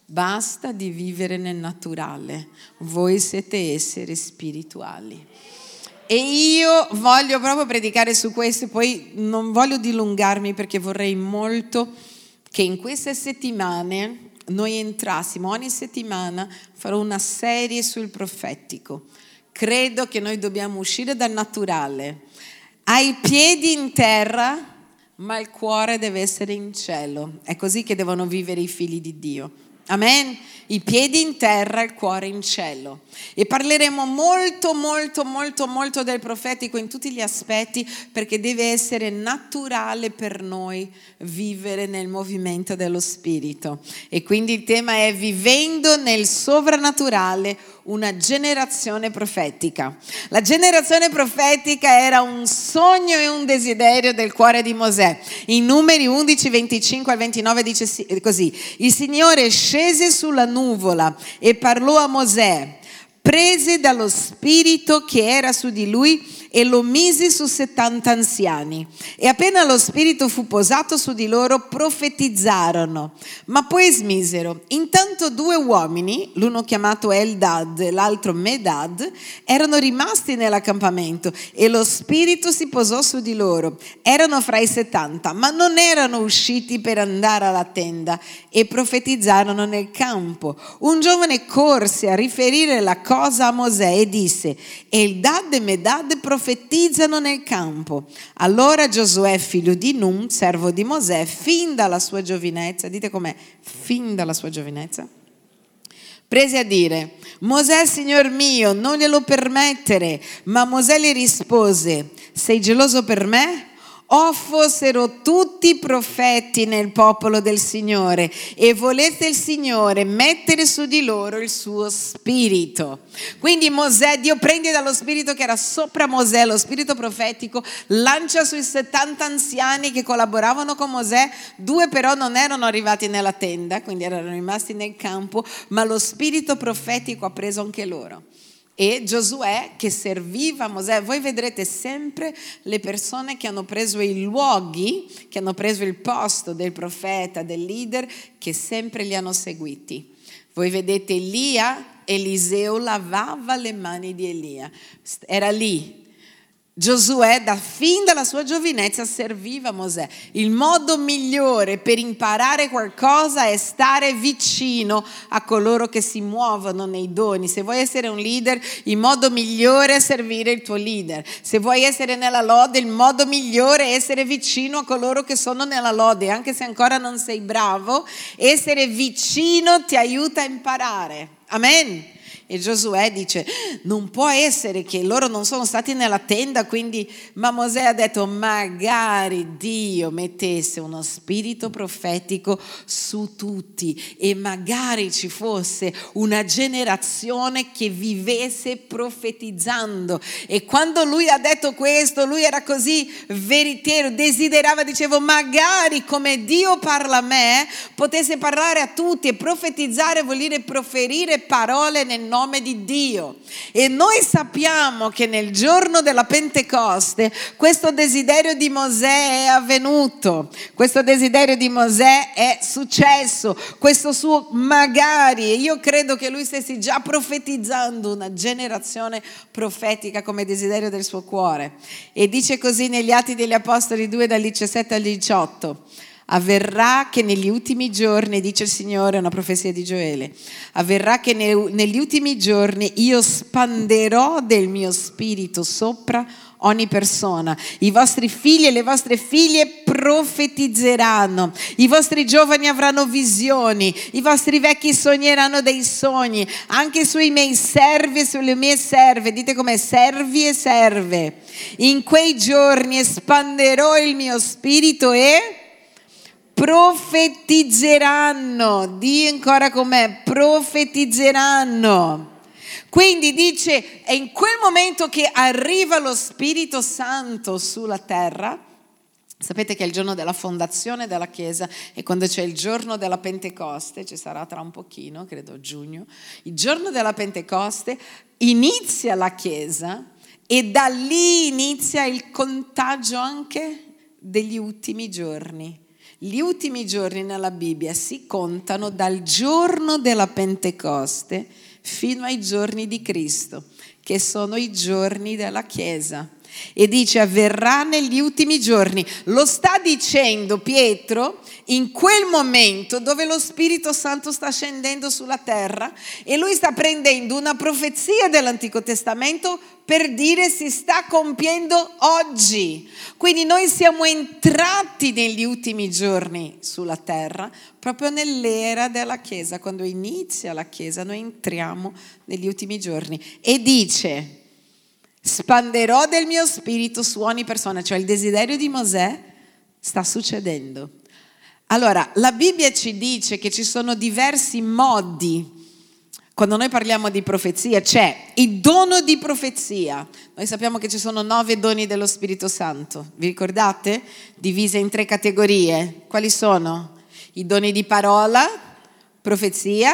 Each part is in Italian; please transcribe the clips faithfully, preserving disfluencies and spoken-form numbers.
Basta di vivere nel naturale, voi siete esseri spirituali. E io voglio proprio predicare su questo, poi non voglio dilungarmi perché vorrei molto che in queste settimane noi entrassimo, ogni settimana farò una serie sul profetico. Credo che noi dobbiamo uscire dal naturale, hai i piedi in terra, ma il cuore deve essere in cielo. È così che devono vivere i figli di Dio. Amen? I piedi in terra, il cuore in cielo. E parleremo molto, molto, molto, molto del profetico in tutti gli aspetti, perché deve essere naturale per noi vivere nel movimento dello Spirito. E quindi il tema è vivendo nel sovrannaturale, una generazione profetica. La generazione profetica era un sogno e un desiderio del cuore di Mosè. In Numeri undici, venticinque al ventinove dice così: il Signore scese sulla nuvola e parlò a Mosè, prese dallo spirito che era su di lui e lo mise su settanta anziani. E appena lo spirito fu posato su di loro, profetizzarono, ma poi smisero. Intanto due uomini, l'uno chiamato Eldad e l'altro Medad, erano rimasti nell'accampamento e lo spirito si posò su di loro. Erano fra i settanta, ma non erano usciti per andare alla tenda e profetizzarono nel campo. Un giovane corse a riferire la cosa a Mosè e disse: Eldad e Medad profetizzano profetizzano nel campo. Allora Giosuè, figlio di Nun, servo di Mosè, fin dalla sua giovinezza, dite com'è, fin dalla sua giovinezza, prese a dire: Mosè, signor mio, non glielo permettere. Ma Mosè le rispose: sei geloso per me? O fossero tutti profeti nel popolo del Signore e volesse il Signore mettere su di loro il suo spirito. Quindi Mosè, Dio prende dallo spirito che era sopra Mosè, lo spirito profetico, lancia sui settanta anziani che collaboravano con Mosè. Due però non erano arrivati nella tenda, quindi erano rimasti nel campo, ma lo spirito profetico ha preso anche loro. E Giosuè che serviva Mosè, voi vedrete sempre le persone che hanno preso i luoghi, che hanno preso il posto del profeta, del leader, che sempre li hanno seguiti. Voi vedete Elia, Eliseo lavava le mani di Elia, era lì. Giosuè, da fin dalla sua giovinezza, serviva Mosè. Il modo migliore per imparare qualcosa è stare vicino a coloro che si muovono nei doni. Se vuoi essere un leader, il modo migliore è servire il tuo leader. Se vuoi essere nella lode, il modo migliore è essere vicino a coloro che sono nella lode. Anche se ancora non sei bravo, essere vicino ti aiuta a imparare. Amen. E Giosuè dice: non può essere che loro non sono stati nella tenda, quindi, ma Mosè ha detto: magari Dio mettesse uno spirito profetico su tutti e magari ci fosse una generazione che vivesse profetizzando. E quando lui ha detto questo, lui era così veritiero, desiderava, dicevo, magari come Dio parla a me, potesse parlare a tutti. E profetizzare vuol dire proferire parole nel nome nome di Dio. E noi sappiamo che nel giorno della Pentecoste questo desiderio di Mosè è avvenuto, questo desiderio di Mosè è successo, questo suo magari, e io credo che lui stessi già profetizzando una generazione profetica come desiderio del suo cuore. E dice così negli Atti degli Apostoli due dal diciassette al diciotto: avverrà che negli ultimi giorni, dice il Signore, è una profezia di Gioele, avverrà che ne, negli ultimi giorni io spanderò del mio spirito sopra ogni persona. I vostri figli e le vostre figlie profetizzeranno, i vostri giovani avranno visioni, i vostri vecchi sogneranno dei sogni, anche sui miei servi e sulle mie serve, dite com'è, servi e serve. In quei giorni espanderò il mio spirito e profetizzeranno. Dì ancora com'è, profetizzeranno. Quindi dice, è in quel momento che arriva lo Spirito Santo sulla terra. Sapete che è il giorno della fondazione della Chiesa e quando c'è il giorno della Pentecoste, ci sarà tra un pochino, credo giugno, il giorno della Pentecoste inizia la Chiesa e da lì inizia il contagio anche degli ultimi giorni. Gli ultimi giorni nella Bibbia si contano dal giorno della Pentecoste fino ai giorni di Cristo, che sono i giorni della Chiesa. E dice avverrà negli ultimi giorni. Lo sta dicendo Pietro in quel momento dove lo Spirito Santo sta scendendo sulla terra e lui sta prendendo una profezia dell'Antico Testamento per dire si sta compiendo oggi. Quindi noi siamo entrati negli ultimi giorni sulla terra, proprio nell'era della Chiesa. Quando inizia la Chiesa noi entriamo negli ultimi giorni e dice spanderò del mio spirito su ogni persona, cioè il desiderio di Mosè sta succedendo. Allora, la Bibbia ci dice che ci sono diversi modi. Quando noi parliamo di profezia, c'è il dono di profezia. Noi sappiamo che ci sono nove doni dello Spirito Santo. Vi ricordate? Divise in tre categorie. Quali sono? I doni di parola, profezia,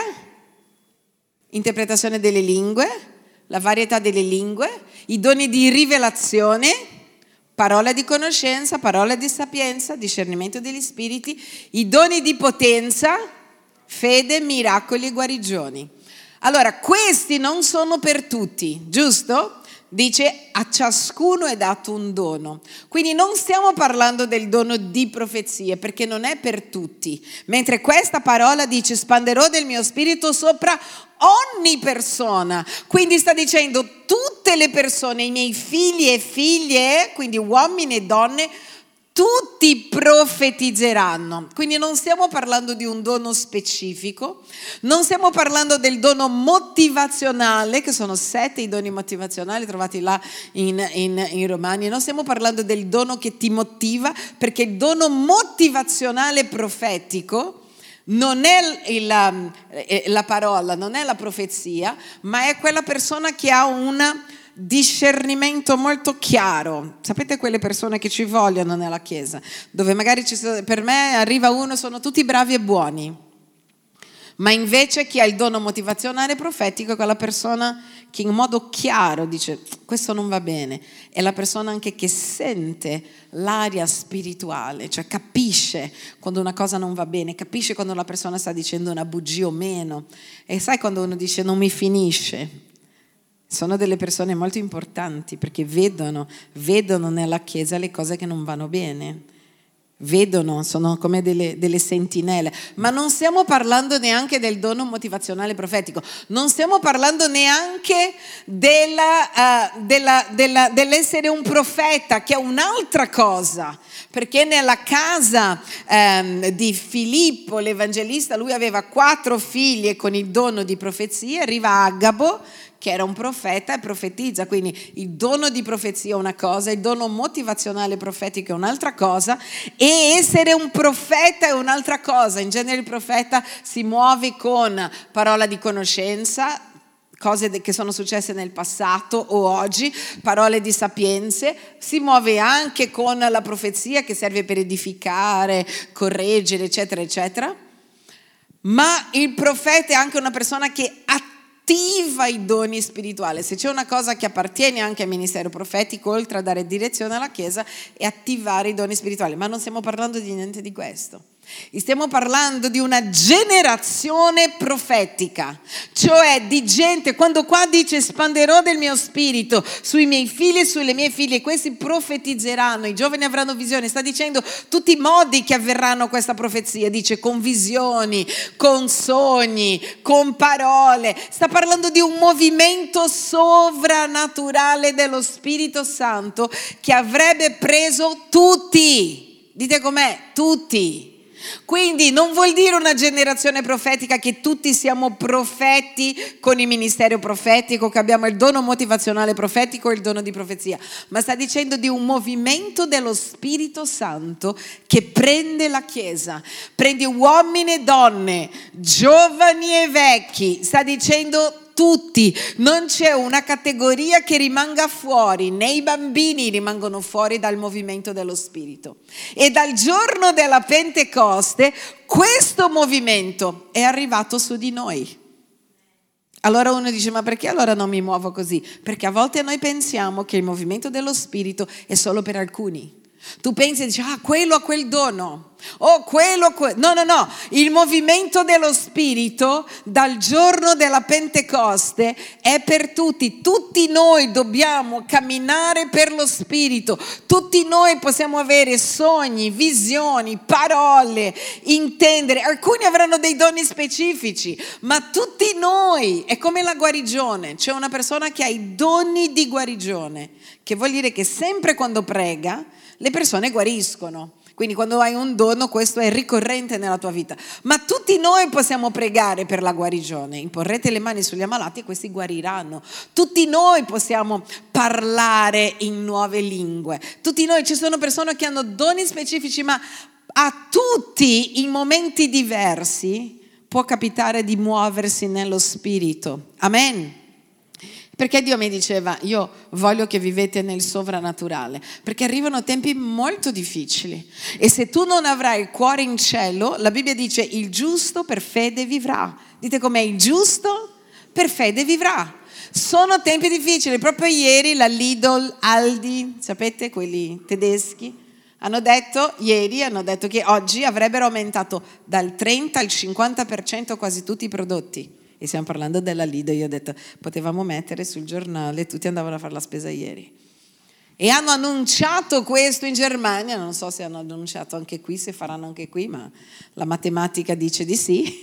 interpretazione delle lingue, la varietà delle lingue, i doni di rivelazione, parola di conoscenza, parola di sapienza, discernimento degli spiriti, i doni di potenza, fede, miracoli e guarigioni. Allora, questi non sono per tutti, giusto? Dice a ciascuno è dato un dono. Quindi non stiamo parlando del dono di profezie perché non è per tutti. Mentre questa parola dice spanderò del mio spirito sopra ogni persona. Quindi sta dicendo tutte le persone, i miei figli e figlie, quindi uomini e donne, tutti profetizzeranno. Quindi non stiamo parlando di un dono specifico, non stiamo parlando del dono motivazionale, che sono sette i doni motivazionali trovati là in, in, in Romani. Non stiamo parlando del dono che ti motiva, perché il dono motivazionale profetico non è il, la, la parola, non è la profezia, ma è quella persona che ha una discernimento molto chiaro. Sapete quelle persone che ci vogliono nella Chiesa, dove magari ci sono, per me arriva uno, sono tutti bravi e buoni, ma invece chi ha il dono motivazionale profetico è quella persona che in modo chiaro dice questo non va bene. È la persona anche che sente l'aria spirituale, cioè capisce quando una cosa non va bene, capisce quando la persona sta dicendo una bugia o meno. E sai quando uno dice non mi finisce? Sono delle persone molto importanti perché vedono, vedono nella Chiesa le cose che non vanno bene, vedono, sono come delle, delle sentinelle. Ma non stiamo parlando neanche del dono motivazionale profetico, non stiamo parlando neanche della, uh, della, della, dell'essere un profeta, che è un'altra cosa. Perché nella casa um, di Filippo l'Evangelista, lui aveva quattro figlie con il dono di profezia, arriva Agabo, che era un profeta e profetizza, quindi il dono di profezia è una cosa, il dono motivazionale profetico è un'altra cosa e essere un profeta è un'altra cosa. In genere il profeta si muove con parola di conoscenza, cose che sono successe nel passato o oggi, parole di sapienze, si muove anche con la profezia che serve per edificare, correggere, eccetera, eccetera. Ma il profeta è anche una persona che attiva attiva i doni spirituali. Se c'è una cosa che appartiene anche al ministero profetico, oltre a dare direzione alla Chiesa, è attivare i doni spirituali. Ma non stiamo parlando di niente di questo. Stiamo parlando di una generazione profetica, cioè di gente, quando qua dice espanderò del mio spirito sui miei figli e sulle mie figlie, questi profetizzeranno, i giovani avranno visioni, sta dicendo tutti i modi che avverranno questa profezia, dice con visioni, con sogni, con parole, sta parlando di un movimento sovrannaturale dello Spirito Santo che avrebbe preso tutti, dite com'è, tutti. Quindi non vuol dire una generazione profetica che tutti siamo profeti con il ministero profetico, che abbiamo il dono motivazionale profetico e il dono di profezia, ma sta dicendo di un movimento dello Spirito Santo che prende la Chiesa, prende uomini e donne, giovani e vecchi, sta dicendo tutti, non c'è una categoria che rimanga fuori, né i bambini rimangono fuori dal movimento dello Spirito. E dal giorno della Pentecoste questo movimento è arrivato su di noi. Allora uno dice, ma perché allora non mi muovo così? Perché a volte noi pensiamo che il movimento dello Spirito è solo per alcuni. Tu pensi e dici, ah, quello ha quel dono. Oh, quello, que- no, no, no, il movimento dello Spirito dal giorno della Pentecoste è per tutti. Tutti noi dobbiamo camminare per lo Spirito. Tutti noi possiamo avere sogni, visioni, parole, intendere. Alcuni avranno dei doni specifici, ma tutti noi, è come la guarigione. C'è una persona che ha i doni di guarigione, che vuol dire che sempre quando prega le persone guariscono. Quindi quando hai un dono, questo è ricorrente nella tua vita. Ma tutti noi possiamo pregare per la guarigione. Imporrete le mani sugli ammalati e questi guariranno. Tutti noi possiamo parlare in nuove lingue. Tutti noi, ci sono persone che hanno doni specifici, ma a tutti in momenti diversi può capitare di muoversi nello Spirito. Amen. Perché Dio mi diceva, io voglio che vivete nel sovrannaturale, perché arrivano tempi molto difficili e se tu non avrai il cuore in cielo, la Bibbia dice il giusto per fede vivrà. Dite com'è, il giusto per fede vivrà. Sono tempi difficili. Proprio ieri la Lidl, Aldi, sapete quelli tedeschi, hanno detto, ieri hanno detto che oggi avrebbero aumentato dal trenta al cinquanta per cento quasi tutti i prodotti. E stiamo parlando della Lidl, io ho detto, potevamo mettere sul giornale, tutti andavano a fare la spesa ieri. E hanno annunciato questo in Germania, non so se hanno annunciato anche qui, se faranno anche qui, ma la matematica dice di sì.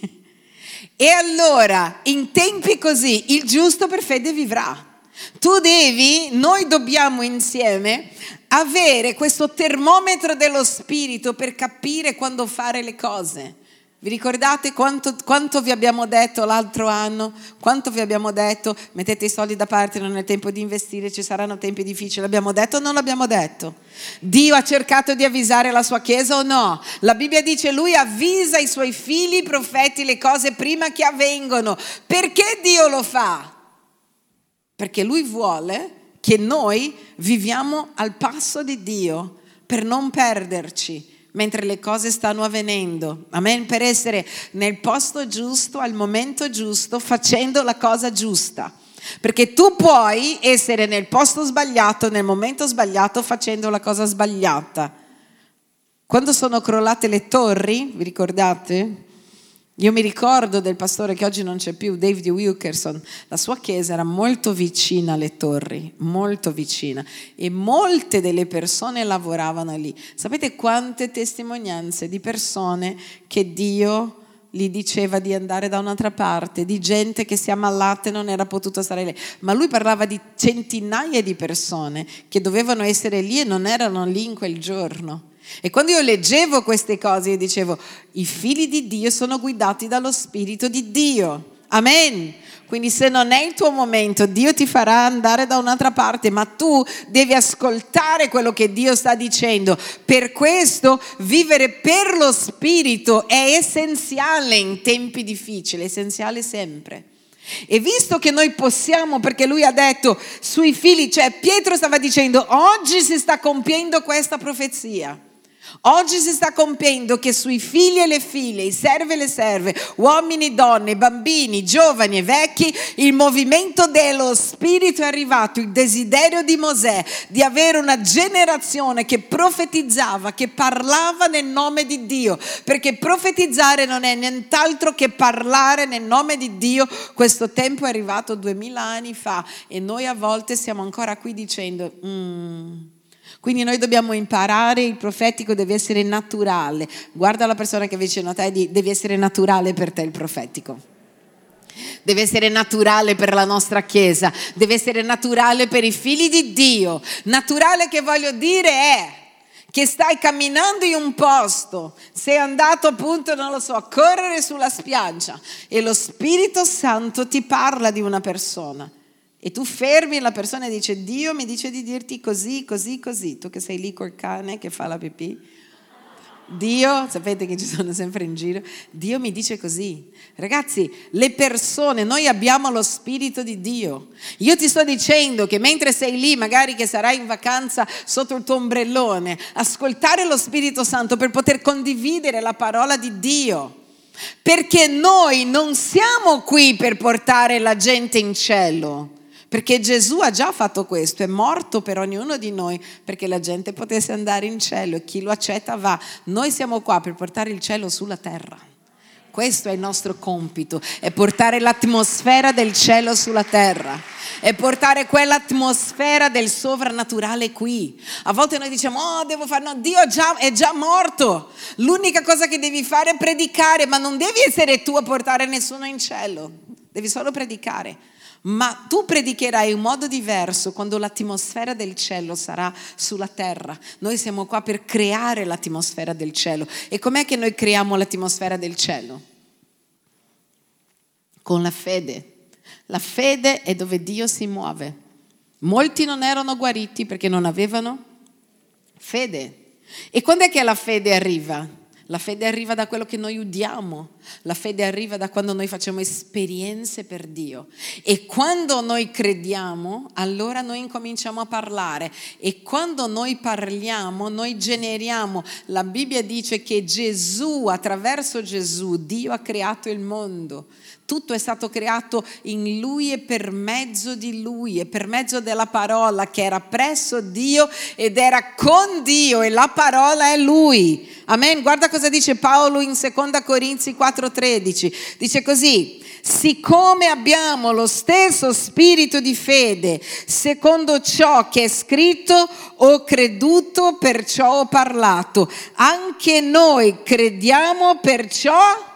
E allora, in tempi così, il giusto per fede vivrà. Tu devi, noi dobbiamo insieme avere questo termometro dello Spirito per capire quando fare le cose. Vi ricordate quanto, quanto vi abbiamo detto l'altro anno? Quanto vi abbiamo detto? Mettete i soldi da parte, non è tempo di investire, ci saranno tempi difficili. L'abbiamo detto o non l'abbiamo detto? Dio ha cercato di avvisare la sua Chiesa o no? La Bibbia dice lui avvisa i suoi figli profeti le cose prima che avvengono. Perché Dio lo fa? Perché lui vuole che noi viviamo al passo di Dio per non perderci mentre le cose stanno avvenendo. Amen. Per essere nel posto giusto, al momento giusto, facendo la cosa giusta. Perché tu puoi essere nel posto sbagliato, nel momento sbagliato, facendo la cosa sbagliata. Quando sono crollate le torri, vi ricordate? Io mi ricordo del pastore che oggi non c'è più, David Wilkerson. La sua chiesa era molto vicina alle torri, molto vicina, e molte delle persone lavoravano lì. Sapete quante testimonianze di persone che Dio gli diceva di andare da un'altra parte, di gente che si è ammalata e non era potuta stare lì, ma lui parlava di centinaia di persone che dovevano essere lì e non erano lì in quel giorno. E quando io leggevo queste cose io dicevo, i figli di Dio sono guidati dallo Spirito di Dio. Amen. Quindi se non è il tuo momento, Dio ti farà andare da un'altra parte, ma tu devi ascoltare quello che Dio sta dicendo. Per questo vivere per lo Spirito è essenziale in tempi difficili, essenziale sempre. E visto che noi possiamo, perché lui ha detto sui figli, cioè Pietro stava dicendo, oggi si sta compiendo questa profezia. Oggi si sta compiendo che sui figli e le figlie, i servi e le serve, uomini, donne, bambini, giovani e vecchi, il movimento dello Spirito è arrivato, il desiderio di Mosè di avere una generazione che profetizzava, che parlava nel nome di Dio, perché profetizzare non è nient'altro che parlare nel nome di Dio. Questo tempo è arrivato duemila anni fa e noi a volte siamo ancora qui dicendo... Mm. Quindi noi dobbiamo imparare, il profetico deve essere naturale. Guarda la persona che è vicino a te e di, deve essere naturale per te il profetico. Deve essere naturale per la nostra Chiesa, deve essere naturale per i figli di Dio. Naturale che voglio dire è che stai camminando in un posto, sei andato appunto, non lo so, a correre sulla spiaggia e lo Spirito Santo ti parla di una persona. E tu fermi la persona e dice, Dio mi dice di dirti così, così, così. Tu che sei lì col cane che fa la pipì. Dio, sapete che ci sono sempre in giro, Dio mi dice così. Ragazzi, le persone, noi abbiamo lo Spirito di Dio. Io ti sto dicendo che mentre sei lì, magari che sarai in vacanza sotto il tuo ombrellone, ascoltare lo Spirito Santo per poter condividere la parola di Dio. Perché noi non siamo qui per portare la gente in cielo. Perché Gesù ha già fatto questo, è morto per ognuno di noi perché la gente potesse andare in cielo e chi lo accetta va. Noi siamo qua per portare il cielo sulla terra. Questo è il nostro compito, è portare l'atmosfera del cielo sulla terra, è portare quell'atmosfera del sovrannaturale qui. A volte noi diciamo, oh devo fare, no, Dio già, è già morto, l'unica cosa che devi fare è predicare, ma non devi essere tu a portare nessuno in cielo, devi solo predicare. Ma tu predicherai in modo diverso quando l'atmosfera del cielo sarà sulla terra. Noi siamo qua per creare l'atmosfera del cielo. E com'è che noi creiamo l'atmosfera del cielo? Con la fede. La fede è dove Dio si muove. Molti non erano guariti perché non avevano fede. E quando è che la fede arriva? La fede arriva da quello che noi udiamo, la fede arriva da quando noi facciamo esperienze per Dio e quando noi crediamo allora noi incominciamo a parlare e quando noi parliamo noi generiamo. La Bibbia dice che Gesù, attraverso Gesù, Dio ha creato il mondo. Tutto è stato creato in Lui e per mezzo di Lui e per mezzo della parola che era presso Dio ed era con Dio e la parola è Lui. Amen. Guarda cosa dice Paolo in seconda Corinzi quattro tredici. Dice così: siccome abbiamo lo stesso spirito di fede, secondo ciò che è scritto, ho creduto, perciò ho parlato. Anche noi crediamo, perciò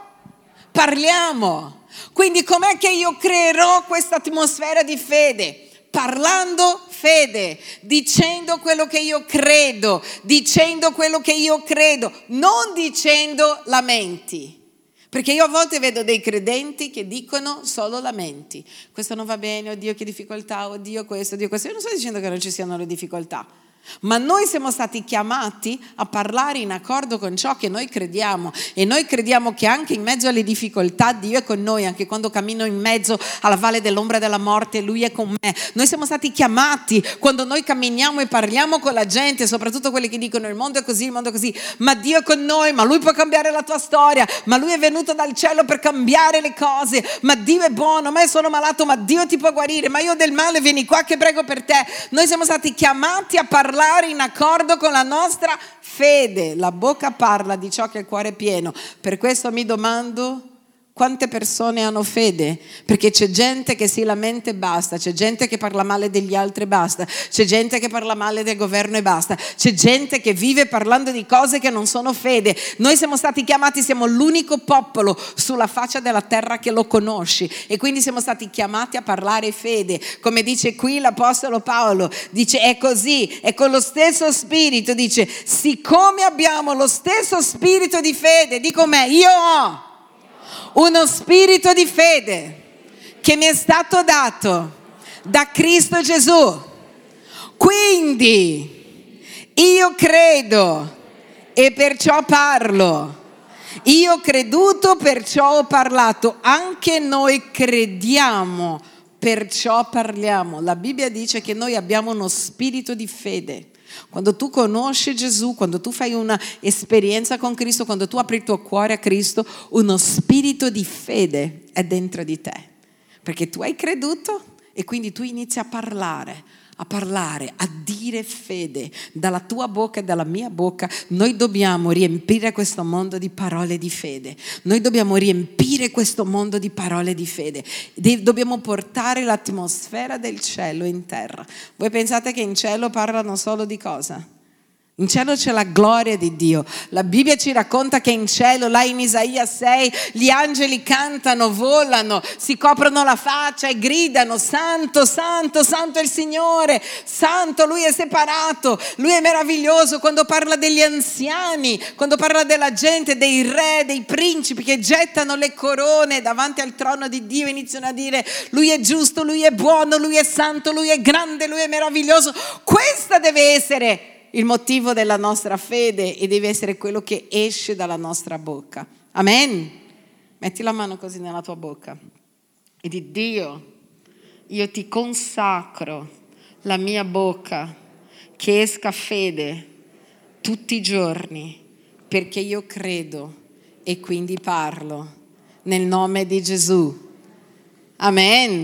parliamo. Quindi com'è che io creerò questa atmosfera di fede? Parlando fede, dicendo quello che io credo, dicendo quello che io credo, non dicendo lamenti. Perché io a volte vedo dei credenti che dicono solo lamenti. Questo non va bene, oddio che difficoltà, oddio questo, oddio questo. Io non sto dicendo che non ci siano le difficoltà. Ma noi siamo stati chiamati a parlare in accordo con ciò che noi crediamo e noi crediamo che anche in mezzo alle difficoltà Dio è con noi, anche quando cammino in mezzo alla valle dell'ombra della morte Lui è con me. Noi siamo stati chiamati quando noi camminiamo e parliamo con la gente, soprattutto quelli che dicono il mondo è così, il mondo è così, ma Dio è con noi, ma Lui può cambiare la tua storia, ma Lui è venuto dal cielo per cambiare le cose, ma Dio è buono, ma io sono malato, ma Dio ti può guarire, ma io ho del male, vieni qua che prego per te. Noi siamo stati chiamati a parlare in accordo con la nostra fede. La bocca parla di ciò che il cuore è pieno. Per questo mi domando quante persone hanno fede, perché c'è gente che si lamenta e basta, c'è gente che parla male degli altri e basta, c'è gente che parla male del governo e basta, c'è gente che vive parlando di cose che non sono fede. Noi siamo stati chiamati, siamo l'unico popolo sulla faccia della terra che lo conosci e quindi siamo stati chiamati a parlare fede. Come dice qui l'apostolo Paolo, dice è così, è con lo stesso spirito, dice siccome abbiamo lo stesso spirito di fede, dico me, io ho uno spirito di fede che mi è stato dato da Cristo Gesù. Quindi io credo e perciò parlo. Io ho creduto, perciò ho parlato. Anche noi crediamo, perciò parliamo. La Bibbia dice che noi abbiamo uno spirito di fede. Quando tu conosci Gesù, quando tu fai una esperienza con Cristo, quando tu apri il tuo cuore a Cristo, uno spirito di fede è dentro di te. Perché tu hai creduto e quindi tu inizi a parlare, a parlare, a dire fede. Dalla tua bocca e dalla mia bocca noi dobbiamo riempire questo mondo di parole di fede. Noi dobbiamo riempire questo mondo di parole di fede. Dobbiamo portare l'atmosfera del cielo in terra. Voi pensate che in cielo parlano solo di cosa? In cielo c'è la gloria di Dio. La Bibbia ci racconta che in cielo, là in Isaia sei, gli angeli cantano, volano, si coprono la faccia e gridano: Santo, Santo, Santo è il Signore, Santo, Lui è separato, Lui è meraviglioso. Quando parla degli anziani, quando parla della gente, dei re, dei principi che gettano le corone davanti al trono di Dio, iniziano a dire: Lui è giusto, Lui è buono, Lui è santo, Lui è grande, Lui è meraviglioso. Questa deve essere il motivo della nostra fede e deve essere quello che esce dalla nostra bocca. Amen. Metti la mano così nella tua bocca e di Dio, io ti consacro la mia bocca che esca fede tutti i giorni perché io credo e quindi parlo nel nome di Gesù. Amen.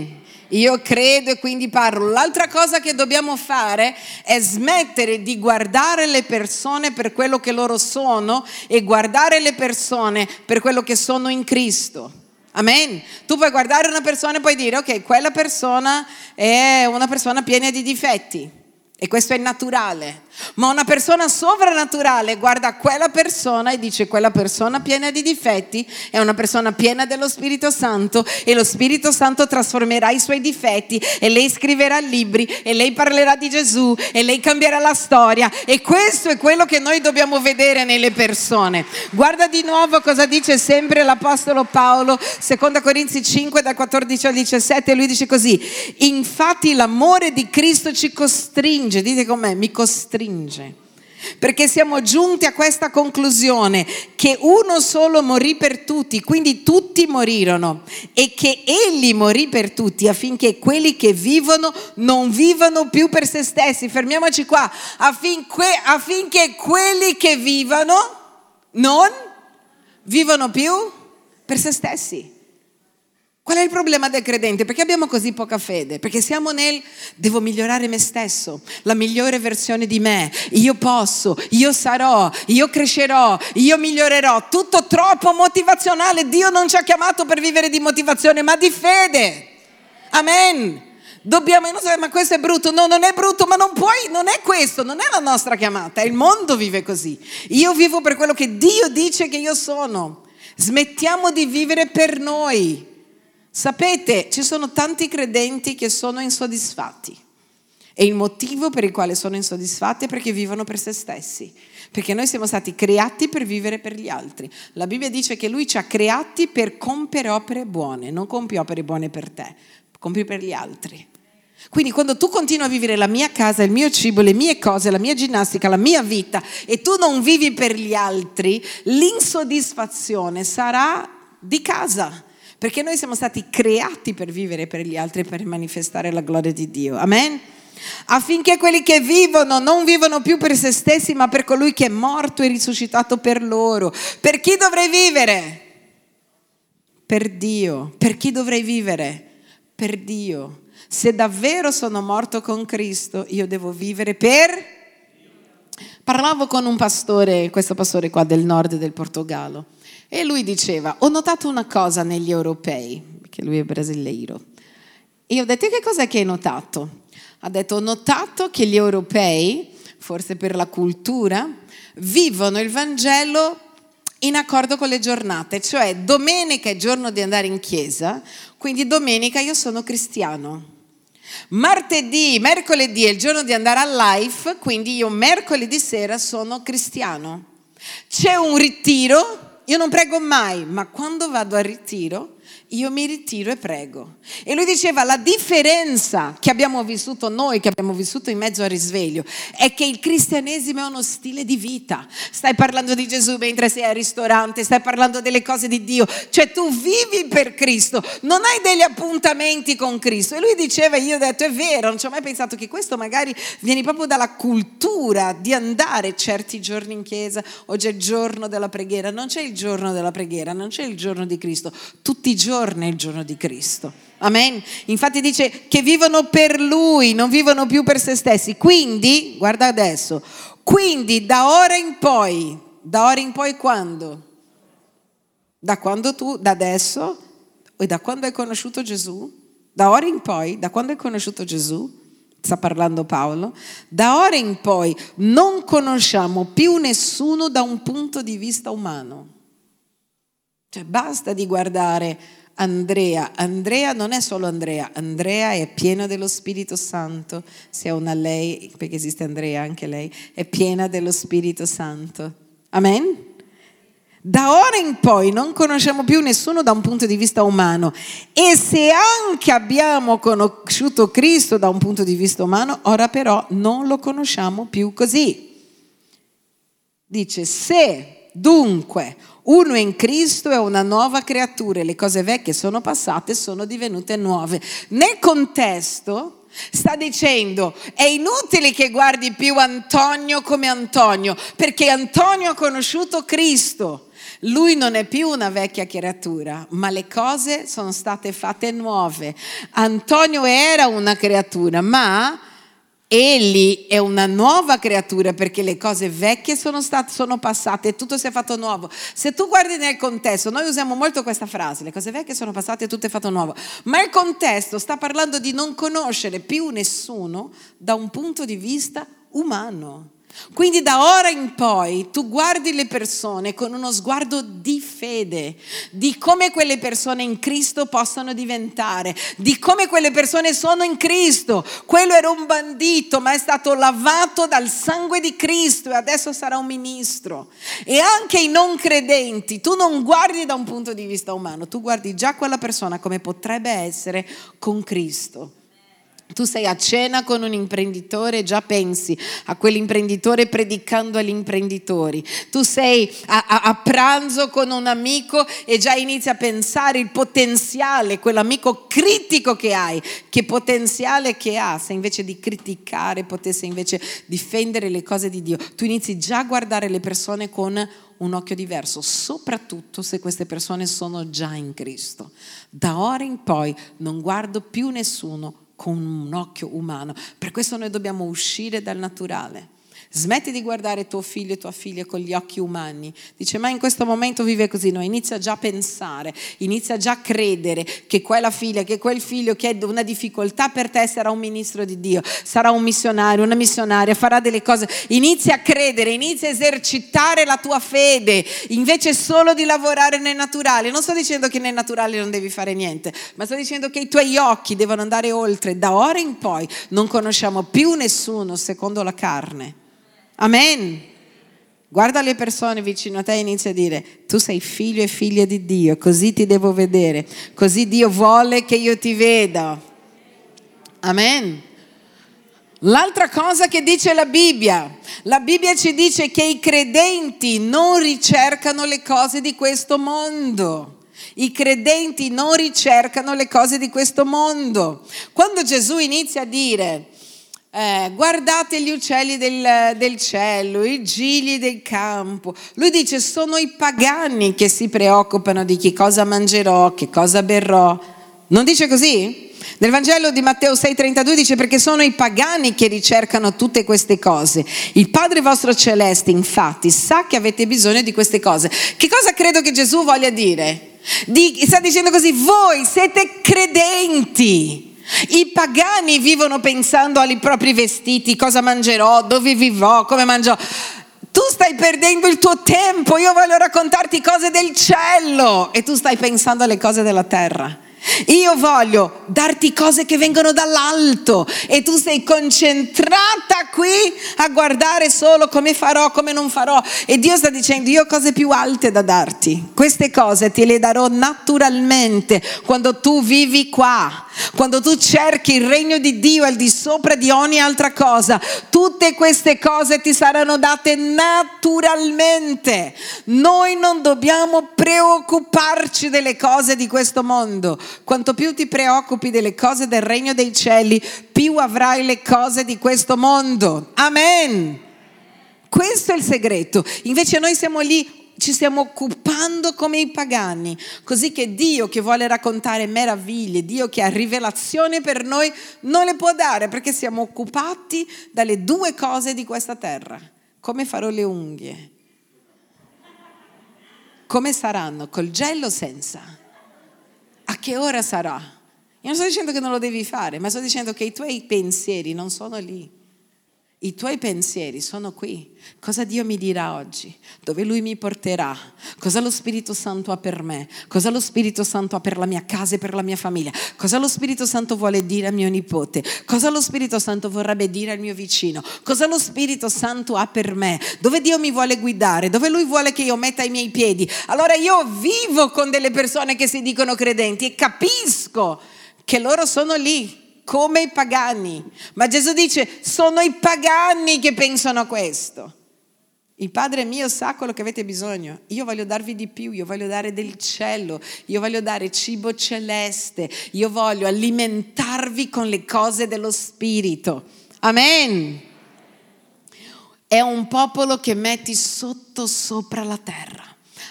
io credo e quindi parlo. L'altra cosa che dobbiamo fare è smettere di guardare le persone per quello che loro sono e guardare le persone per quello che sono in Cristo. Amen. Tu puoi guardare una persona e puoi dire ok, quella persona è una persona piena di difetti e questo è naturale, ma una persona sovrannaturale guarda quella persona e dice quella persona piena di difetti è una persona piena dello Spirito Santo e lo Spirito Santo trasformerà i suoi difetti e lei scriverà libri e lei parlerà di Gesù e lei cambierà la storia, e questo è quello che noi dobbiamo vedere nelle persone. Guarda di nuovo cosa dice sempre l'Apostolo Paolo, seconda Corinzi cinque dal quattordici al diciassette, lui dice così: infatti l'amore di Cristo ci costringe, dite con me, mi costringe, perché siamo giunti a questa conclusione che uno solo morì per tutti, quindi tutti morirono, e che egli morì per tutti affinché quelli che vivono non vivano più per se stessi. Fermiamoci qua. Affinché, affinché quelli che vivono non vivano più per se stessi. Qual è il problema del credente? Perché abbiamo così poca fede? Perché siamo nel devo migliorare me stesso, la migliore versione di me, io posso, io sarò, io crescerò, io migliorerò, tutto troppo motivazionale. Dio non ci ha chiamato per vivere di motivazione ma di fede. Amen. Dobbiamo, non so, ma questo è brutto. No, non è brutto, ma non puoi, non è questo, non è la nostra chiamata, il mondo vive così. Io vivo per quello che Dio dice che io sono. Smettiamo di vivere per noi. Sapete, ci sono tanti credenti che sono insoddisfatti e il motivo per il quale sono insoddisfatti è perché vivono per se stessi, perché noi siamo stati creati per vivere per gli altri. La Bibbia dice che Lui ci ha creati per compiere opere buone, non compi opere buone per te, compi per gli altri. Quindi quando tu continui a vivere la mia casa, il mio cibo, le mie cose, la mia ginnastica, la mia vita e tu non vivi per gli altri, l'insoddisfazione sarà di casa. Perché noi siamo stati creati per vivere per gli altri, per manifestare la gloria di Dio. Amen? Affinché quelli che vivono non vivono più per se stessi, ma per colui che è morto e risuscitato per loro. Per chi dovrei vivere? Per Dio. Per chi dovrei vivere? Per Dio. Se davvero sono morto con Cristo, io devo vivere per... Parlavo con un pastore, questo pastore qua del nord del Portogallo. E lui diceva, ho notato una cosa negli europei, perché lui è brasileiro. E io ho detto, che cosa che hai notato? Ha detto, ho notato che gli europei, forse per la cultura, vivono il Vangelo in accordo con le giornate. Cioè, domenica è giorno di andare in chiesa, quindi domenica io sono cristiano. Martedì, mercoledì è il giorno di andare al life, quindi io mercoledì sera sono cristiano. C'è un ritiro. Io non prego mai, ma quando vado al ritiro, io mi ritiro e prego. E lui diceva, la differenza che abbiamo vissuto noi, che abbiamo vissuto in mezzo al risveglio, è che il cristianesimo è uno stile di vita. Stai parlando di Gesù mentre sei al ristorante, stai parlando delle cose di Dio. Cioè tu vivi per Cristo, non hai degli appuntamenti con Cristo. E lui diceva, io ho detto, è vero, non ci ho mai pensato che questo magari viene proprio dalla cultura di andare certi giorni in chiesa. Oggi è il giorno della preghiera, non c'è il giorno della preghiera, non c'è il giorno di Cristo, tutti i giorni è il giorno di Cristo. Amen. Infatti dice che vivono per Lui, non vivono più per se stessi. Quindi, guarda adesso, quindi da ora in poi, da ora in poi quando? Da quando tu, da adesso, e da quando hai conosciuto Gesù? Da ora in poi, da quando hai conosciuto Gesù? Sta parlando Paolo. Da ora in poi non conosciamo più nessuno da un punto di vista umano. Cioè basta di guardare Andrea. Andrea non è solo Andrea, Andrea è piena dello Spirito Santo. Se è una lei, perché esiste Andrea anche lei, è piena dello Spirito Santo. Amen? Da ora in poi non conosciamo più nessuno da un punto di vista umano, e se anche abbiamo conosciuto Cristo da un punto di vista umano, ora però non lo conosciamo più così. Dice, se dunque uno è in Cristo è una nuova creatura, le cose vecchie sono passate, sono divenute nuove. Nel contesto sta dicendo, è inutile che guardi più Antonio come Antonio, perché Antonio ha conosciuto Cristo. Lui non è più una vecchia creatura, ma le cose sono state fatte nuove. Antonio era una creatura, ma egli è una nuova creatura, perché le cose vecchie sono state, sono passate e tutto si è fatto nuovo. Se tu guardi nel contesto, noi usiamo molto questa frase, le cose vecchie sono passate e tutto è fatto nuovo, ma il contesto sta parlando di non conoscere più nessuno da un punto di vista umano. Quindi da ora in poi tu guardi le persone con uno sguardo di fede, di come quelle persone in Cristo possano diventare, di come quelle persone sono in Cristo. Quello era un bandito, ma è stato lavato dal sangue di Cristo e adesso sarà un ministro. E anche i non credenti, tu non guardi da un punto di vista umano, tu guardi già quella persona come potrebbe essere con Cristo. Tu sei a cena con un imprenditore e già pensi a quell'imprenditore predicando agli imprenditori. Tu sei a, a, a pranzo con un amico e già inizi a pensare il potenziale, quell'amico critico che hai, che potenziale che ha, se invece di criticare potesse invece difendere le cose di Dio. Tu inizi già a guardare le persone con un occhio diverso, soprattutto se queste persone sono già in Cristo. Da ora in poi non guardo più nessuno con un occhio umano. Per questo noi dobbiamo uscire dal naturale. Smetti di guardare tuo figlio e tua figlia con gli occhi umani. Dice, ma in questo momento vive così. No, inizia già a pensare, inizia già a credere che quella figlia, che quel figlio che ha una difficoltà per te sarà un ministro di Dio, sarà un missionario, una missionaria, farà delle cose. Inizia a credere, inizia a esercitare la tua fede, invece solo di lavorare nel naturale. Non sto dicendo che nel naturale non devi fare niente, ma sto dicendo che i tuoi occhi devono andare oltre. Da ora in poi non conosciamo più nessuno secondo la carne. Amen. Guarda le persone vicino a te e inizia a dire, tu sei figlio e figlia di Dio, così ti devo vedere, così Dio vuole che io ti veda. Amen. L'altra cosa che dice la Bibbia, la Bibbia ci dice che i credenti non ricercano le cose di questo mondo. I credenti non ricercano le cose di questo mondo. Quando Gesù inizia a dire, Eh, guardate gli uccelli del, del cielo, i gigli del campo, lui dice sono i pagani che si preoccupano di che cosa mangerò, che cosa berrò. Non dice così? Nel Vangelo di Matteo sei trentadue dice perché sono i pagani che ricercano tutte queste cose. Il Padre vostro celeste infatti sa che avete bisogno di queste cose. Che cosa credo che Gesù voglia dire? Di, sta dicendo così, voi siete credenti. I pagani vivono pensando ai propri vestiti, cosa mangerò, dove vivrò, come mangerò. Tu stai perdendo il tuo tempo, io voglio raccontarti cose del cielo e tu stai pensando alle cose della terra. Io voglio darti cose che vengono dall'alto e tu sei concentrata qui a guardare solo come farò, come non farò. E Dio sta dicendo, io ho cose più alte da darti. Queste cose te le darò naturalmente quando tu vivi qua, quando tu cerchi il regno di Dio al di sopra di ogni altra cosa. Tutte queste cose ti saranno date naturalmente. Noi non dobbiamo preoccuparci delle cose di questo mondo. Quanto più ti preoccupi delle cose del regno dei cieli, più avrai le cose di questo mondo. Amen. Questo è il segreto. Invece noi siamo lì, ci stiamo occupando come i pagani, così che Dio che vuole raccontare meraviglie, Dio che ha rivelazione per noi, non le può dare perché siamo occupati dalle due cose di questa terra. Come farò le unghie? Come saranno? Col gel o senza? A che ora sarà? Io non sto dicendo che non lo devi fare, ma sto dicendo che i tuoi pensieri non sono lì. I tuoi pensieri sono qui. Cosa Dio mi dirà oggi? Dove Lui mi porterà? Cosa lo Spirito Santo ha per me? Cosa lo Spirito Santo ha per la mia casa e per la mia famiglia? Cosa lo Spirito Santo vuole dire a mio nipote? Cosa lo Spirito Santo vorrebbe dire al mio vicino? Cosa lo Spirito Santo ha per me? Dove Dio mi vuole guidare? Dove Lui vuole che io metta i miei piedi? Allora io vivo con delle persone che si dicono credenti e capisco che loro sono lì come i pagani, ma Gesù dice sono i pagani che pensano a questo. Il Padre mio sa quello che avete bisogno, io voglio darvi di più, io voglio dare del cielo, io voglio dare cibo celeste, io voglio alimentarvi con le cose dello Spirito. Amen. È un popolo che metti sotto sopra la terra.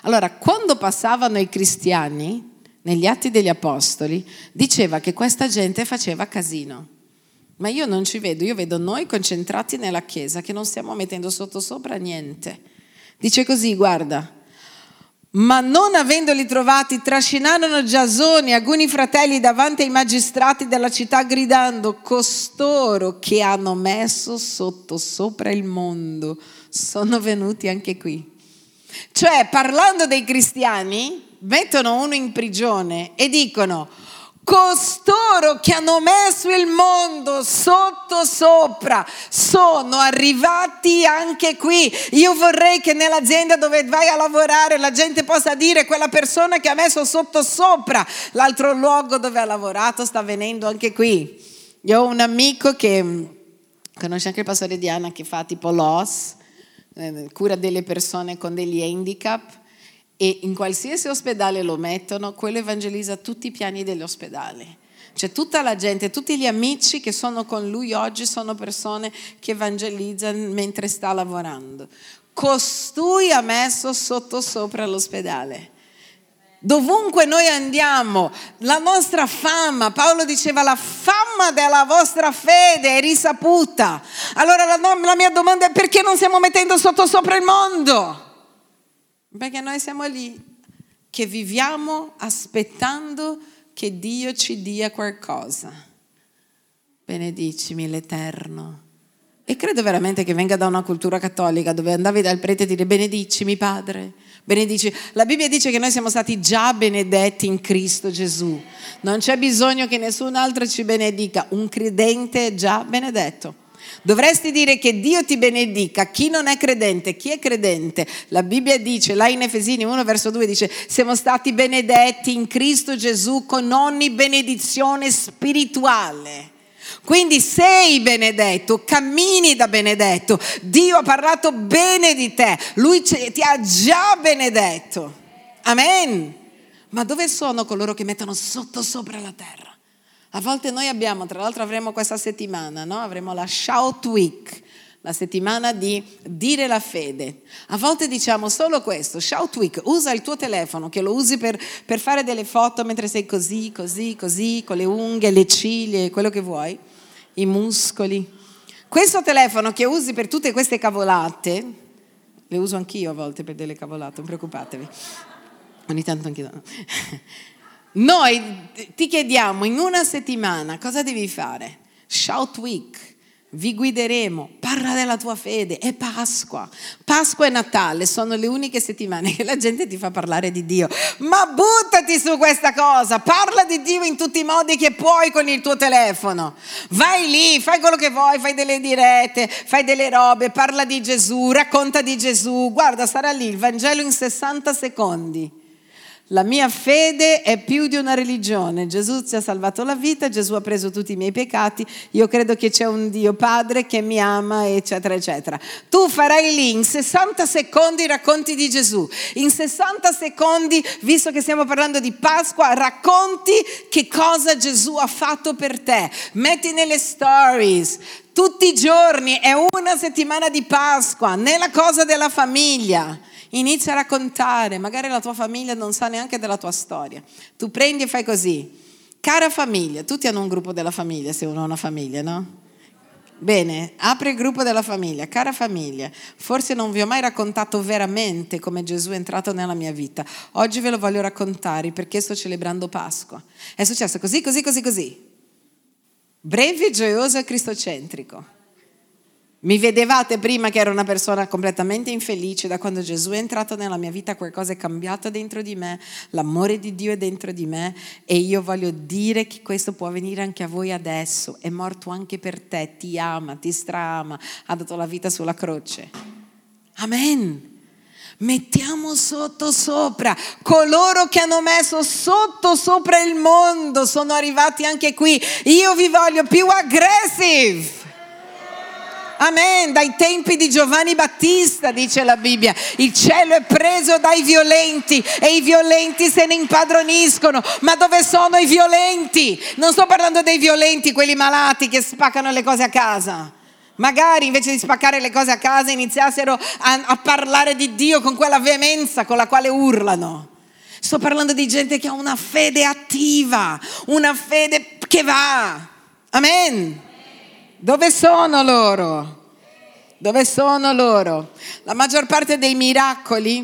Allora, quando passavano i cristiani, negli Atti degli Apostoli, diceva che questa gente faceva casino. Ma io non ci vedo, io vedo noi concentrati nella Chiesa, che non stiamo mettendo sottosopra niente. Dice così, guarda. Ma non avendoli trovati, trascinarono Giasone e alcuni fratelli davanti ai magistrati della città, gridando: costoro che hanno messo sottosopra il mondo sono venuti anche qui. Cioè, parlando dei cristiani, mettono uno in prigione e dicono: costoro che hanno messo il mondo sottosopra sono arrivati anche qui. Io vorrei che nell'azienda dove vai a lavorare la gente possa dire: quella persona che ha messo sottosopra l'altro luogo dove ha lavorato sta venendo anche qui. Io ho un amico che conosce anche il pastore Diana, che fa tipo l'O S, eh, cura delle persone con degli handicap. E in qualsiasi ospedale lo mettono, quello evangelizza tutti i piani dell'ospedale. Cioè tutta la gente, tutti gli amici che sono con lui oggi sono persone che evangelizzano mentre sta lavorando. Costui ha messo sottosopra l'ospedale. Dovunque noi andiamo, la nostra fama, Paolo diceva, la fama della vostra fede è risaputa. Allora la, la mia domanda è: perché non stiamo mettendo sottosopra il mondo? Perché noi siamo lì che viviamo aspettando che Dio ci dia qualcosa. Benedicimi l'Eterno. E credo veramente che venga da una cultura cattolica dove andavi dal prete e dire: benedicimi Padre, benedici. La Bibbia dice che noi siamo stati già benedetti in Cristo Gesù. Non c'è bisogno che nessun altro ci benedica. Un credente è già benedetto. Dovresti dire che Dio ti benedica. Chi non è credente, chi è credente? La Bibbia dice, là in Efesini uno verso due dice: siamo stati benedetti in Cristo Gesù con ogni benedizione spirituale. Quindi sei benedetto, cammini da benedetto. Dio ha parlato bene di te, Lui ti ha già benedetto. Amen. Ma dove sono coloro che mettono sottosopra la terra? A volte noi abbiamo, tra l'altro avremo questa settimana, no? Avremo la Shout Week, la settimana di dire la fede. A volte diciamo solo questo: Shout Week, usa il tuo telefono, che lo usi per, per fare delle foto mentre sei così, così, così, con le unghie, le ciglia, quello che vuoi, i muscoli. Questo telefono che usi per tutte queste cavolate, le uso anch'io a volte per delle cavolate, non preoccupatevi, ogni tanto anch'io. Noi ti chiediamo in una settimana cosa devi fare. Shout Week, vi guideremo, parla della tua fede, è Pasqua. Pasqua e Natale sono le uniche settimane che la gente ti fa parlare di Dio. Ma buttati su questa cosa, parla di Dio in tutti i modi che puoi con il tuo telefono. Vai lì, fai quello che vuoi, fai delle dirette, fai delle robe, parla di Gesù, racconta di Gesù. Guarda, sarà lì il Vangelo in sessanta secondi. La mia fede è più di una religione. Gesù ci ha salvato la vita, Gesù ha preso tutti i miei peccati, io credo che c'è un Dio Padre che mi ama, eccetera, eccetera. Tu farai lì in sessanta secondi racconti di Gesù. In sessanta secondi, visto che stiamo parlando di Pasqua, racconti che cosa Gesù ha fatto per te. Metti nelle stories. Tutti i giorni è una settimana di Pasqua, nella cosa della famiglia. Inizia a raccontare, magari la tua famiglia non sa neanche della tua storia. Tu prendi e fai così: cara famiglia, tutti hanno un gruppo della famiglia se uno ha una famiglia, no? Bene, apri il gruppo della famiglia. Cara famiglia, forse non vi ho mai raccontato veramente come Gesù è entrato nella mia vita. Oggi ve lo voglio raccontare perché sto celebrando Pasqua. È successo così, così, così, così. Breve, gioioso e cristocentrico. Mi vedevate prima che ero una persona completamente infelice. Da quando Gesù è entrato nella mia vita qualcosa è cambiato dentro di me, l'amore di Dio è dentro di me e io voglio dire che questo può avvenire anche a voi adesso. È morto anche per te, ti ama, ti strama, ha dato la vita sulla croce. Amen. Mettiamo sotto sopra coloro che hanno messo sotto sopra il mondo sono arrivati anche qui. Io vi voglio più aggressive. Amen, dai tempi di Giovanni Battista, dice la Bibbia, il cielo è preso dai violenti e i violenti se ne impadroniscono. Ma dove sono i violenti? Non sto parlando dei violenti, quelli malati che spaccano le cose a casa, magari invece di spaccare le cose a casa iniziassero a, a parlare di Dio con quella veemenza con la quale urlano. Sto parlando di gente che ha una fede attiva, una fede che va. Amen. Dove sono loro? Dove sono loro? La maggior parte dei miracoli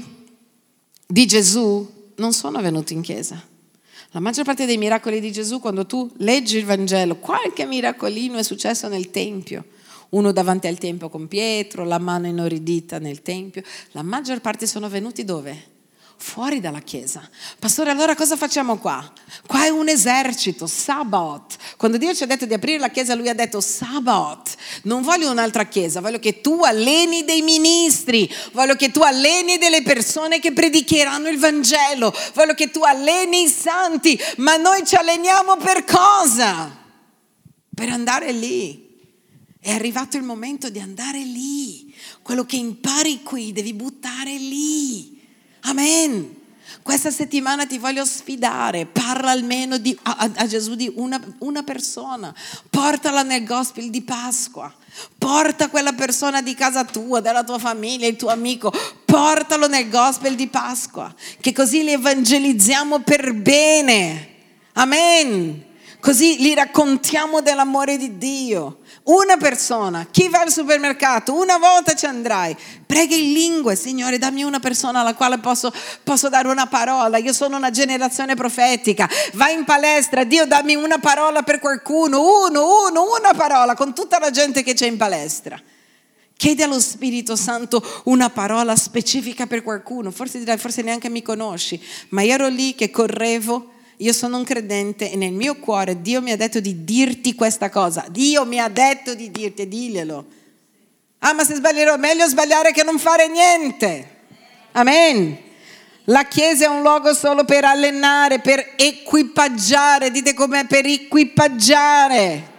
di Gesù non sono avvenuti in chiesa. La maggior parte dei miracoli di Gesù, quando tu leggi il Vangelo, qualche miracolino è successo nel Tempio. Uno davanti al Tempio con Pietro, la mano inorridita nel Tempio. La maggior parte sono venuti dove? Fuori dalla chiesa. Pastore, allora cosa facciamo qua? Qua è un esercito, Sabbath. Quando Dio ci ha detto di aprire la chiesa, Lui ha detto Sabbath. Non voglio un'altra chiesa, voglio che tu alleni dei ministri, voglio che tu alleni delle persone che predicheranno il Vangelo, voglio che tu alleni i santi, ma noi ci alleniamo per cosa? Per andare lì. È arrivato il momento di andare lì. Quello che impari qui devi buttare lì. Amen. Questa settimana ti voglio sfidare, parla almeno di, a, a Gesù di una, una persona, portala nel gospel di Pasqua, porta quella persona di casa tua, della tua famiglia, il tuo amico, portalo nel gospel di Pasqua, che così li evangelizziamo per bene. Amen. Così gli raccontiamo dell'amore di Dio. Una persona, chi va al supermercato, una volta ci andrai, prega in lingue, Signore dammi una persona alla quale posso, posso dare una parola, io sono una generazione profetica. Vai in palestra, Dio dammi una parola per qualcuno, uno, uno, una parola con tutta la gente che c'è in palestra. Chiedi allo Spirito Santo una parola specifica per qualcuno, forse dirai, forse neanche mi conosci, ma io ero lì che correvo. Io sono un credente e nel mio cuore Dio mi ha detto di dirti questa cosa. Dio mi ha detto di dirti e diglielo. Ah, ma se sbaglierò, è meglio sbagliare che non fare niente. Amen. La chiesa è un luogo solo per allenare, per equipaggiare. Dite com'è, per equipaggiare.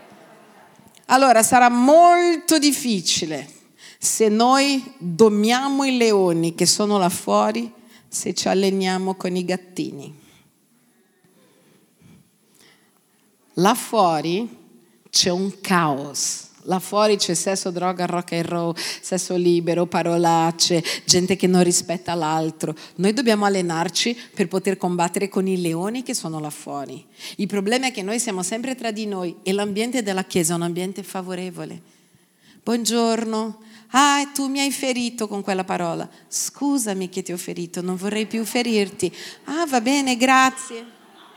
Allora sarà molto difficile se noi domiamo i leoni che sono là fuori, se ci alleniamo con i gattini. Là fuori c'è un caos, là fuori c'è sesso, droga, rock and roll, sesso libero, parolacce, gente che non rispetta l'altro. Noi dobbiamo allenarci per poter combattere con i leoni che sono là fuori. Il problema è che noi siamo sempre tra di noi e l'ambiente della chiesa è un ambiente favorevole. Buongiorno, ah tu mi hai ferito con quella parola, scusami che ti ho ferito, non vorrei più ferirti. Ah va bene, grazie.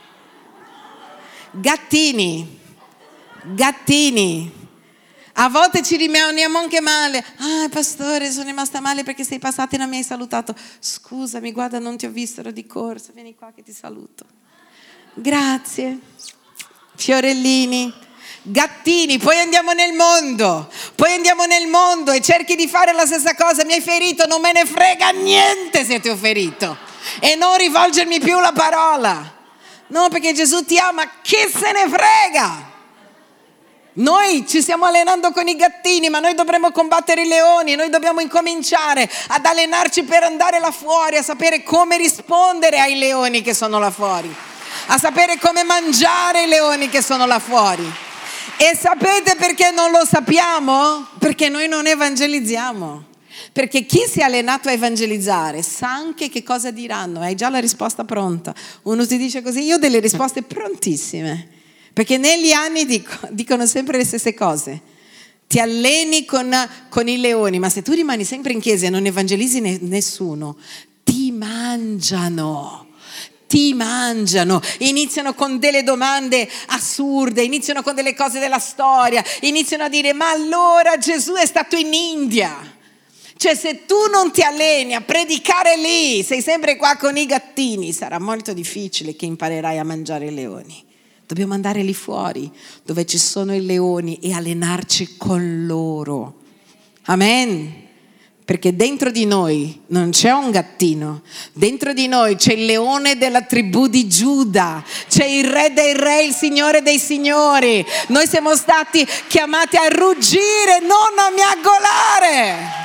Gattini, gattini, a volte ci rimaniamo anche male. Ah pastore, sono rimasta male perché sei passato e non mi hai salutato. Scusami, guarda, non ti ho visto, ero di corsa, vieni qua che ti saluto. Grazie. Fiorellini, gattini, poi andiamo nel mondo, poi andiamo nel mondo e cerchi di fare la stessa cosa. Mi hai ferito, non me ne frega niente se ti ho ferito e non rivolgermi più la parola. No, perché Gesù ti ama, che se ne frega? Noi ci stiamo allenando con i gattini, ma noi dovremmo combattere i leoni, noi dobbiamo incominciare ad allenarci per andare là fuori, a sapere come rispondere ai leoni che sono là fuori, a sapere come mangiare i leoni che sono là fuori. E sapete perché non lo sappiamo? Perché noi non evangelizziamo. Perché chi si è allenato a evangelizzare sa anche che cosa diranno, hai già la risposta pronta. Uno ti dice così, io ho delle risposte prontissime, perché negli anni dico, dicono sempre le stesse cose. Ti alleni con, con i leoni, ma se tu rimani sempre in chiesa e non evangelizzi ne, nessuno, ti mangiano. Ti mangiano, iniziano con delle domande assurde, iniziano con delle cose della storia, iniziano a dire ma allora Gesù è stato in India. Cioè se tu non ti alleni a predicare lì, sei sempre qua con i gattini, sarà molto difficile che imparerai a mangiare i leoni. Dobbiamo andare lì fuori, dove ci sono i leoni e allenarci con loro. Amen. Perché dentro di noi non c'è un gattino, dentro di noi c'è il leone della tribù di Giuda, c'è il re dei re, il signore dei signori. Noi siamo stati chiamati a ruggire, non a miagolare.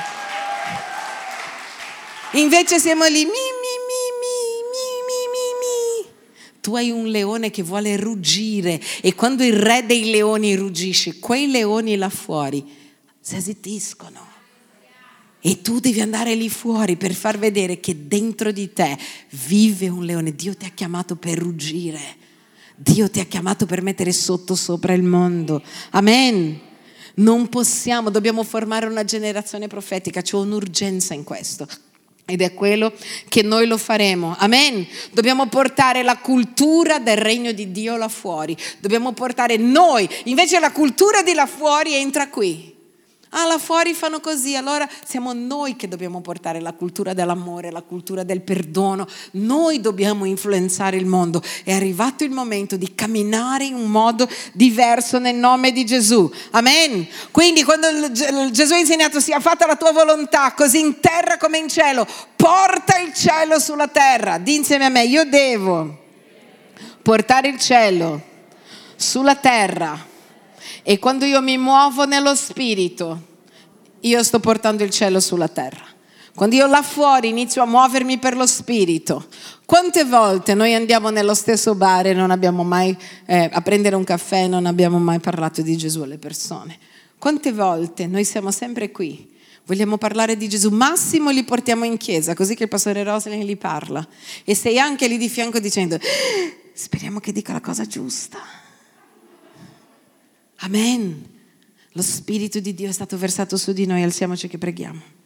Invece siamo lì, mi, mi, mi, mi, mi, mi, mi. Tu hai un leone che vuole ruggire e quando il re dei leoni ruggisce, quei leoni là fuori si zittiscono. E tu devi andare lì fuori per far vedere che dentro di te vive un leone. Dio ti ha chiamato per ruggire. Dio ti ha chiamato per mettere sotto sopra il mondo. Amen. Non possiamo, dobbiamo formare una generazione profetica. C'è un'urgenza in questo. Ed è quello che noi lo faremo. Amen. Dobbiamo portare la cultura del regno di Dio là fuori. Dobbiamo portare noi. Invece la cultura di là fuori entra qui. Ah, là fuori fanno così, allora siamo noi che dobbiamo portare la cultura dell'amore, la cultura del perdono. Noi dobbiamo influenzare il mondo. È arrivato il momento di camminare in un modo diverso nel nome di Gesù. Amen. Quindi quando Gesù ha insegnato sia fatta la tua volontà, così in terra come in cielo, porta il cielo sulla terra. Dì insieme a me, io devo portare il cielo sulla terra. E quando io mi muovo nello spirito, io sto portando il cielo sulla terra. Quando io là fuori inizio a muovermi per lo spirito, quante volte noi andiamo nello stesso bar e non abbiamo mai eh, a prendere un caffè e non abbiamo mai parlato di Gesù alle persone? Quante volte noi siamo sempre qui, vogliamo parlare di Gesù, massimo li portiamo in chiesa, così che il pastore Roslin li parla. E sei anche lì di fianco dicendo, speriamo che dica la cosa giusta. Amen. Lo Spirito di Dio è stato versato su di noi, alziamoci che preghiamo.